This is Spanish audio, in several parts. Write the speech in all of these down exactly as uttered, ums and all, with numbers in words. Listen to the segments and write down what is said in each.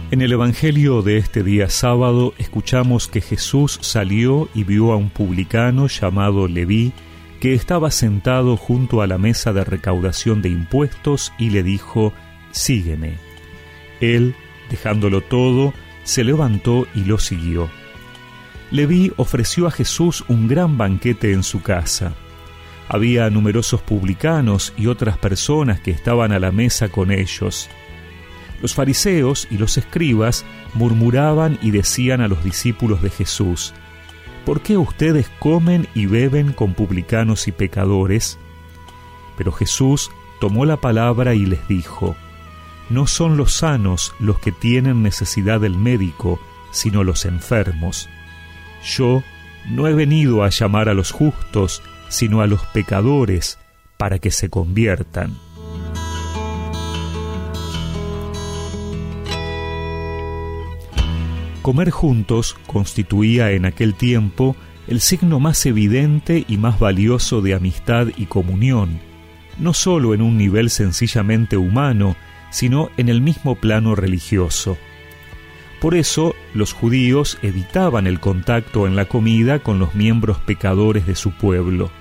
En el Evangelio de este día sábado escuchamos que Jesús salió y vio a un publicano llamado Leví que estaba sentado junto a la mesa de recaudación de impuestos y le dijo: «Sígueme». Él, dejándolo todo, se levantó y lo siguió. Leví ofreció a Jesús un gran banquete en su casa. Había numerosos publicanos y otras personas que estaban a la mesa con ellos. Los fariseos y los escribas murmuraban y decían a los discípulos de Jesús: «¿Por qué ustedes comen y beben con publicanos y pecadores?». Pero Jesús tomó la palabra y les dijo: «No son los sanos los que tienen necesidad del médico, sino los enfermos. Yo no he venido a llamar a los justos, sino a los pecadores, para que se conviertan». Comer juntos constituía en aquel tiempo el signo más evidente y más valioso de amistad y comunión, no solo en un nivel sencillamente humano, sino en el mismo plano religioso. Por eso, los judíos evitaban el contacto en la comida con los miembros pecadores de su pueblo.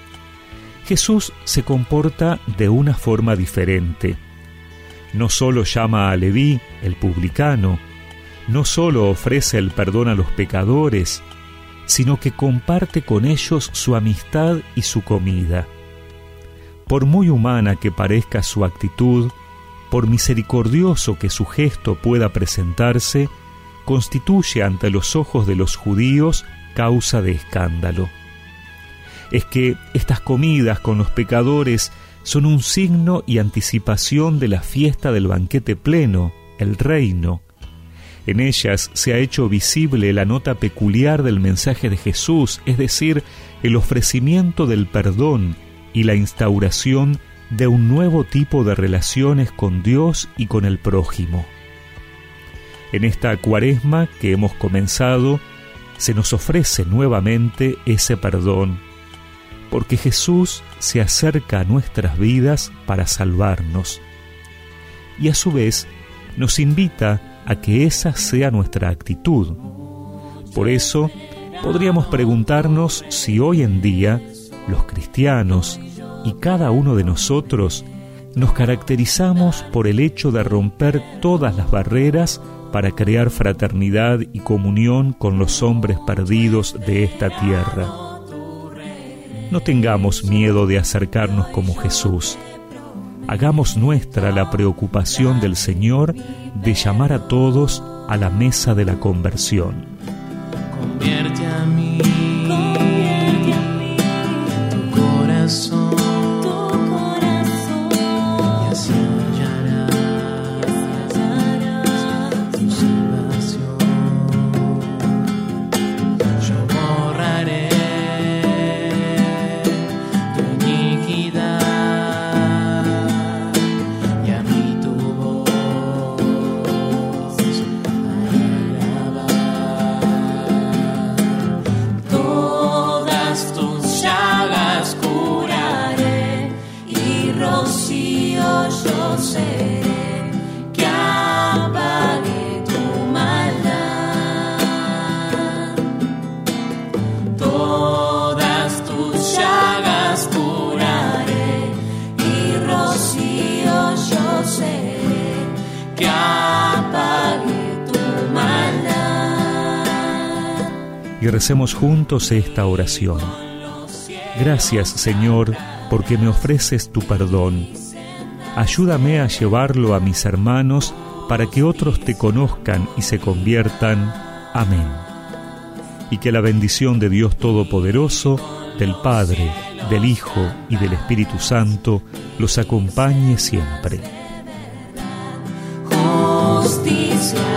Jesús se comporta de una forma diferente. No solo llama a Leví, el publicano, no solo ofrece el perdón a los pecadores, sino que comparte con ellos su amistad y su comida. Por muy humana que parezca su actitud, por misericordioso que su gesto pueda presentarse, constituye ante los ojos de los judíos causa de escándalo. Es que estas comidas con los pecadores son un signo y anticipación de la fiesta del banquete pleno, el reino. En ellas se ha hecho visible la nota peculiar del mensaje de Jesús, es decir, el ofrecimiento del perdón y la instauración de un nuevo tipo de relaciones con Dios y con el prójimo. En esta Cuaresma que hemos comenzado, se nos ofrece nuevamente ese perdón, porque Jesús se acerca a nuestras vidas para salvarnos. Y a su vez, nos invita a que esa sea nuestra actitud. Por eso, podríamos preguntarnos si hoy en día los cristianos y cada uno de nosotros nos caracterizamos por el hecho de romper todas las barreras para crear fraternidad y comunión con los hombres perdidos de esta tierra. No tengamos miedo de acercarnos como Jesús. Hagamos nuestra la preocupación del Señor de llamar a todos a la mesa de la conversión. Convierte a mí, convierte a mí tu corazón, tu corazón, y así hallarás, hallarás tu salvación. Yo borraré tu iniquidad. Yo seré que apague tu maldad. Todas tus llagas curaré y rocío yo seré que apague tu maldad. Y recemos juntos esta oración. Gracias, Señor, porque me ofreces tu perdón. Ayúdame a llevarlo a mis hermanos para que otros te conozcan y se conviertan. Amén. Y que la bendición de Dios Todopoderoso, del Padre, del Hijo y del Espíritu Santo los acompañe siempre. Justicia.